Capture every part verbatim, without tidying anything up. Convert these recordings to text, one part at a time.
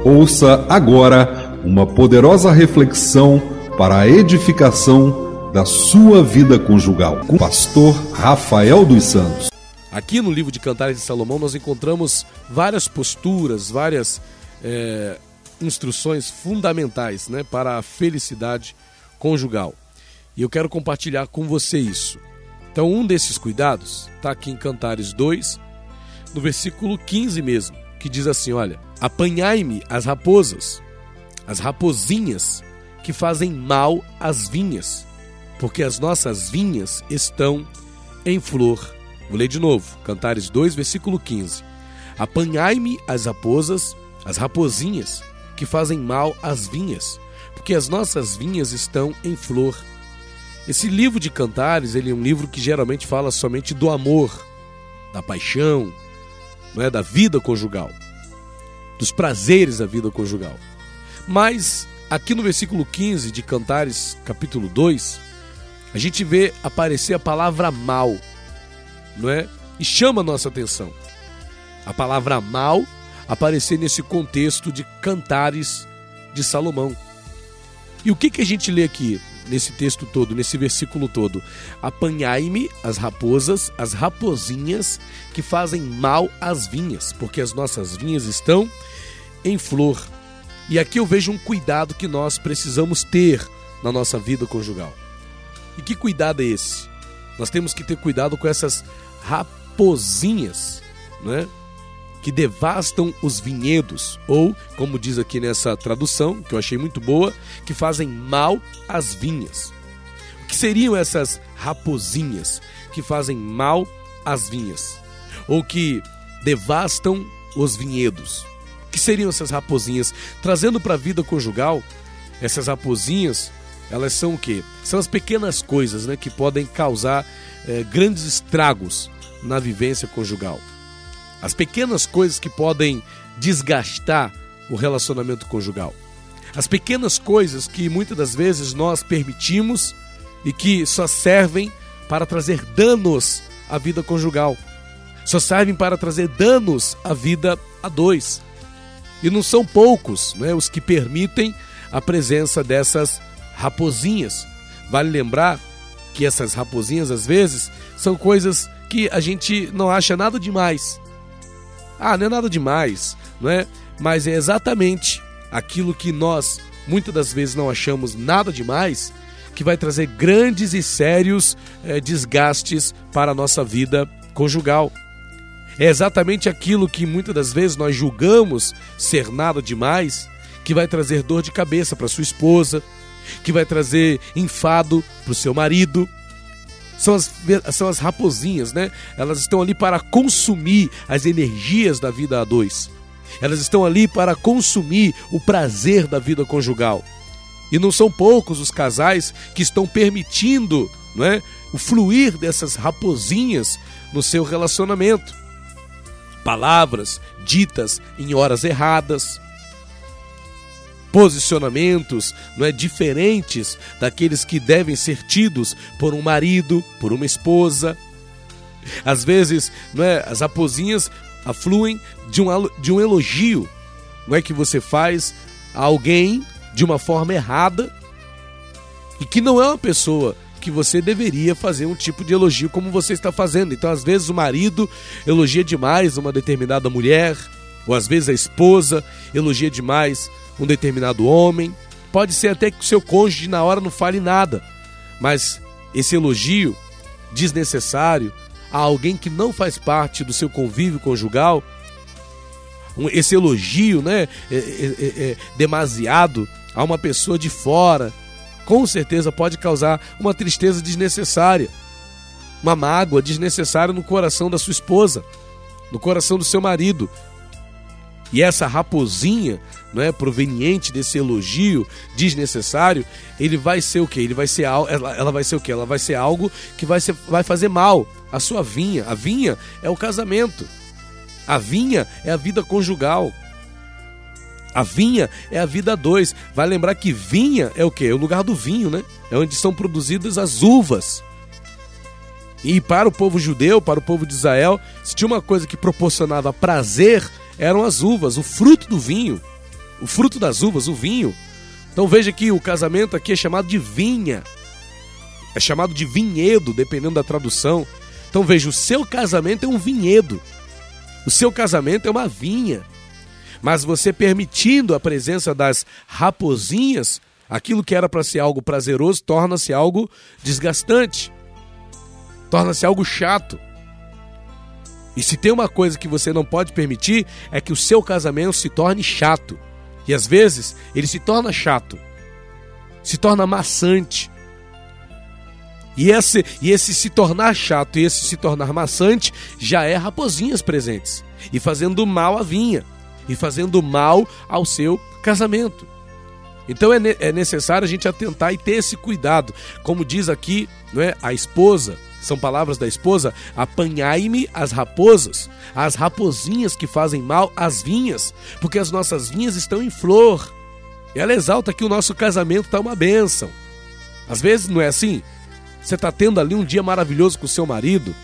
Ouça agora uma poderosa reflexão para a edificação da sua vida conjugal, com o pastor Rafael dos Santos. Aqui no livro de Cantares de Salomão nós encontramos várias posturas, várias é, instruções fundamentais, né, para a felicidade conjugal. E eu quero compartilhar com você isso. Então um desses cuidados está aqui em Cantares dois, no versículo quinze mesmo, que diz assim, olha: apanhai-me as raposas, as rapozinhas que fazem mal às vinhas, porque as nossas vinhas estão em flor. Vou ler de novo, Cantares dois, versículo quinze. Apanhai-me as raposas, as rapozinhas que fazem mal às vinhas, porque as nossas vinhas estão em flor. Esse livro de Cantares, ele é um livro que geralmente fala somente do amor, da paixão, não é, da vida conjugal, dos prazeres da vida conjugal. Mas aqui no versículo quinze de Cantares, capítulo dois, a gente vê aparecer a palavra mal, não é? E chama a nossa atenção. A palavra mal aparecer nesse contexto de Cantares de Salomão. E o que, que a gente lê aqui nesse texto todo, nesse versículo todo? Apanhai-me as raposas, as rapozinhas que fazem mal às vinhas, porque as nossas vinhas estão em flor. E aqui eu vejo um cuidado que nós precisamos ter na nossa vida conjugal. E que cuidado é esse? Nós temos que ter cuidado com essas rapozinhas, né, que devastam os vinhedos, ou, como diz aqui nessa tradução, que eu achei muito boa, que fazem mal às vinhas. O que seriam essas rapozinhas que fazem mal às vinhas? Ou que devastam os vinhedos? O que seriam essas rapozinhas? Trazendo para a vida conjugal, essas rapozinhas, elas são o quê? São as pequenas coisas, né, que podem causar é, grandes estragos na vivência conjugal. As pequenas coisas que podem desgastar o relacionamento conjugal. As pequenas coisas que muitas das vezes nós permitimos e que só servem para trazer danos à vida conjugal. Só servem para trazer danos à vida a dois. E não são poucos, né, os que permitem a presença dessas rapozinhas. Vale lembrar que essas rapozinhas, às vezes, são coisas que a gente não acha nada demais. Ah, não é nada demais, não é? Mas é exatamente aquilo que nós, muitas das vezes, não achamos nada demais, que vai trazer grandes e sérios é, desgastes para a nossa vida conjugal. É exatamente aquilo que muitas das vezes nós julgamos ser nada demais, que vai trazer dor de cabeça para sua esposa, que vai trazer enfado para o seu marido. São as, são as rapozinhas, né? Elas estão ali para consumir as energias da vida a dois. Elas estão ali para consumir o prazer da vida conjugal. E não são poucos os casais que estão permitindo, não é, o fluir dessas rapozinhas no seu relacionamento. Palavras ditas em horas erradas, posicionamentos, não é, diferentes daqueles que devem ser tidos por um marido, por uma esposa. Às vezes, não é, as rapozinhas afluem de um, de um elogio, não é, que você faz a alguém de uma forma errada e que não é uma pessoa que você deveria fazer um tipo de elogio como você está fazendo. Então, às vezes, o marido elogia demais uma determinada mulher, ou às vezes a esposa elogia demais um determinado homem. Pode ser até que o seu cônjuge na hora não fale nada, mas esse elogio desnecessário a alguém que não faz parte do seu convívio conjugal, esse elogio, né, é, é, é, demasiado a uma pessoa de fora, com certeza pode causar uma tristeza desnecessária, uma mágoa desnecessária no coração da sua esposa, no coração do seu marido. E essa rapozinha, não é, proveniente desse elogio desnecessário, ele vai ser o quê? Ele vai ser, ela, ela vai ser o quê? Ela vai ser algo que vai, ser, vai fazer mal à sua vinha. A vinha é o casamento. A vinha é a vida conjugal. A vinha é a vida a dois. Vai lembrar que vinha é o quê? É o lugar do vinho, né? É onde são produzidas as uvas. E para o povo judeu, para o povo de Israel, se tinha uma coisa que proporcionava prazer, eram as uvas, o fruto do vinho. o fruto das uvas, o vinho. Então veja que o casamento aqui é chamado de vinha, é chamado de vinhedo, dependendo da tradução. Então veja, o seu casamento é um vinhedo, o seu casamento é uma vinha. Mas você permitindo a presença das raposinhas, aquilo que era para ser algo prazeroso torna-se algo desgastante, torna-se algo chato. E se tem uma coisa que você não pode permitir, é que o seu casamento se torne chato. E às vezes ele se torna chato, se torna maçante. E esse, e esse se tornar chato e esse se tornar maçante já é raposinhas presentes e fazendo mal à vinha, e fazendo mal ao seu casamento. Então é, ne- é necessário a gente atentar e ter esse cuidado. Como diz aqui, não é, a esposa, são palavras da esposa: apanhai-me as raposas, as raposinhas que fazem mal às vinhas, porque as nossas vinhas estão em flor. E ela exalta que o nosso casamento está uma bênção. Às vezes não é assim? Você está tendo ali um dia maravilhoso com o seu marido.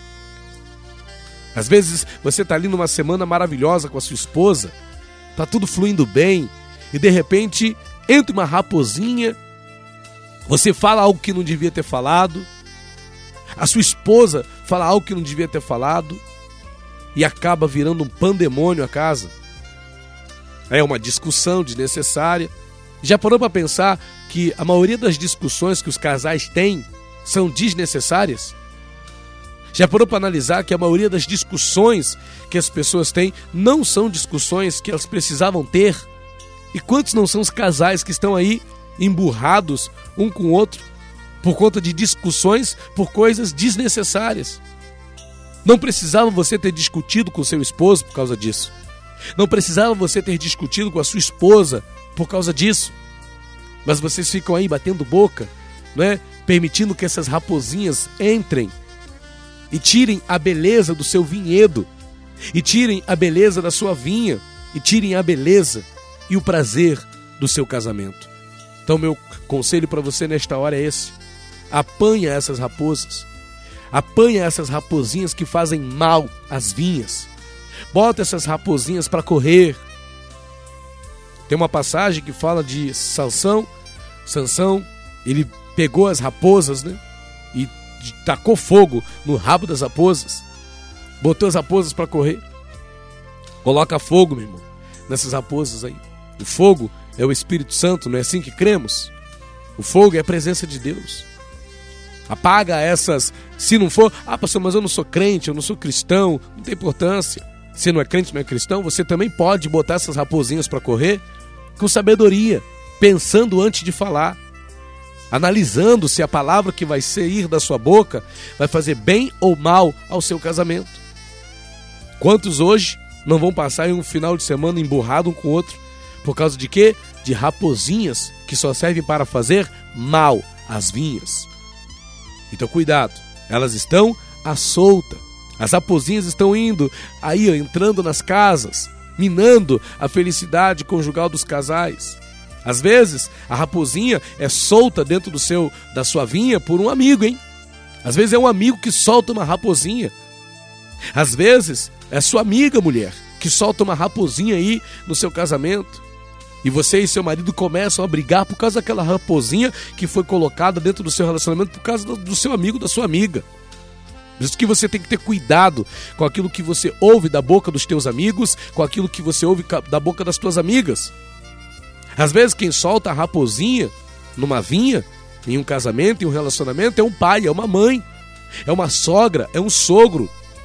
Às vezes você está ali numa semana maravilhosa com a sua esposa. Está tudo fluindo bem. E de repente entra uma raposinha. Você fala algo que não devia ter falado. A sua esposa fala algo que não devia ter falado. E acaba virando um pandemônio a casa. É uma discussão desnecessária. Já parou para pensar que a maioria das discussões que os casais têm são desnecessárias? Já parou para analisar que a maioria das discussões que as pessoas têm não são discussões que elas precisavam ter? E quantos não são os casais que estão aí emburrados um com o outro por conta de discussões por coisas desnecessárias? Não precisava você ter discutido com seu esposo por causa disso. Não precisava você ter discutido com a sua esposa por causa disso. Mas vocês ficam aí batendo boca, não é? Permitindo que essas raposinhas entrem e tirem a beleza do seu vinhedo, e tirem a beleza da sua vinha, e tirem a beleza e o prazer do seu casamento. Então meu conselho para você nesta hora é esse: apanha essas raposas, apanha essas raposinhas que fazem mal às vinhas, bota essas raposinhas para correr. Tem uma passagem que fala de Sansão. Sansão, ele pegou as raposas, né, e tacou fogo no rabo das raposas, botou as raposas para correr. Coloca fogo, meu irmão, nessas raposas aí. O fogo é o Espírito Santo, não é assim que cremos? O fogo é a presença de Deus. Apaga essas, se não for, ah pastor, mas eu não sou crente, eu não sou cristão, não tem importância. Se não é crente, não é cristão, você também pode botar essas raposinhas para correr com sabedoria, pensando antes de falar, analisando se a palavra que vai sair da sua boca vai fazer bem ou mal ao seu casamento. Quantos hoje não vão passar em um final de semana emburrado um com o outro por causa de quê? De raposinhas que só servem para fazer mal às vinhas. Então cuidado, elas estão à solta. As raposinhas estão indo aí, ó, entrando nas casas, minando a felicidade conjugal dos casais. Às vezes, a raposinha é solta dentro do seu, da sua vinha por um amigo, hein? Às vezes é um amigo que solta uma raposinha. Às vezes, é sua amiga, mulher, que solta uma raposinha aí no seu casamento. E você e seu marido começam a brigar por causa daquela raposinha que foi colocada dentro do seu relacionamento por causa do, do seu amigo, da sua amiga. Por isso que você tem que ter cuidado com aquilo que você ouve da boca dos teus amigos, com aquilo que você ouve da boca das tuas amigas. Às vezes quem solta a raposinha numa vinha, em um casamento, em um relacionamento, é um pai, é uma mãe, é uma sogra, é um sogro.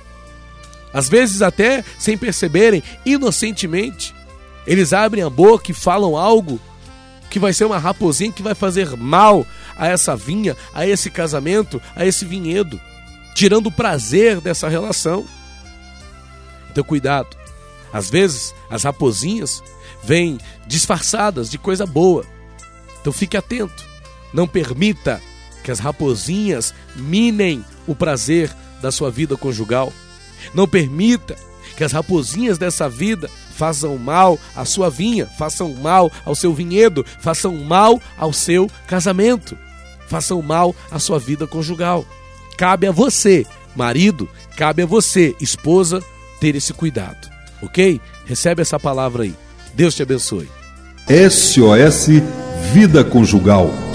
Às vezes até, sem perceberem, inocentemente, eles abrem a boca e falam algo que vai ser uma raposinha que vai fazer mal a essa vinha, a esse casamento, a esse vinhedo, tirando o prazer dessa relação. Então cuidado, às vezes as raposinhas vêm disfarçadas de coisa boa. Então fique atento, não permita que as raposinhas minem o prazer da sua vida conjugal. Não permita que as raposinhas dessa vida façam mal à sua vinha, façam mal ao seu vinhedo, façam mal ao seu casamento, façam mal à sua vida conjugal. Cabe a você, marido, cabe a você, esposa, ter esse cuidado, ok? Recebe essa palavra aí. Deus te abençoe. S O S Vida Conjugal.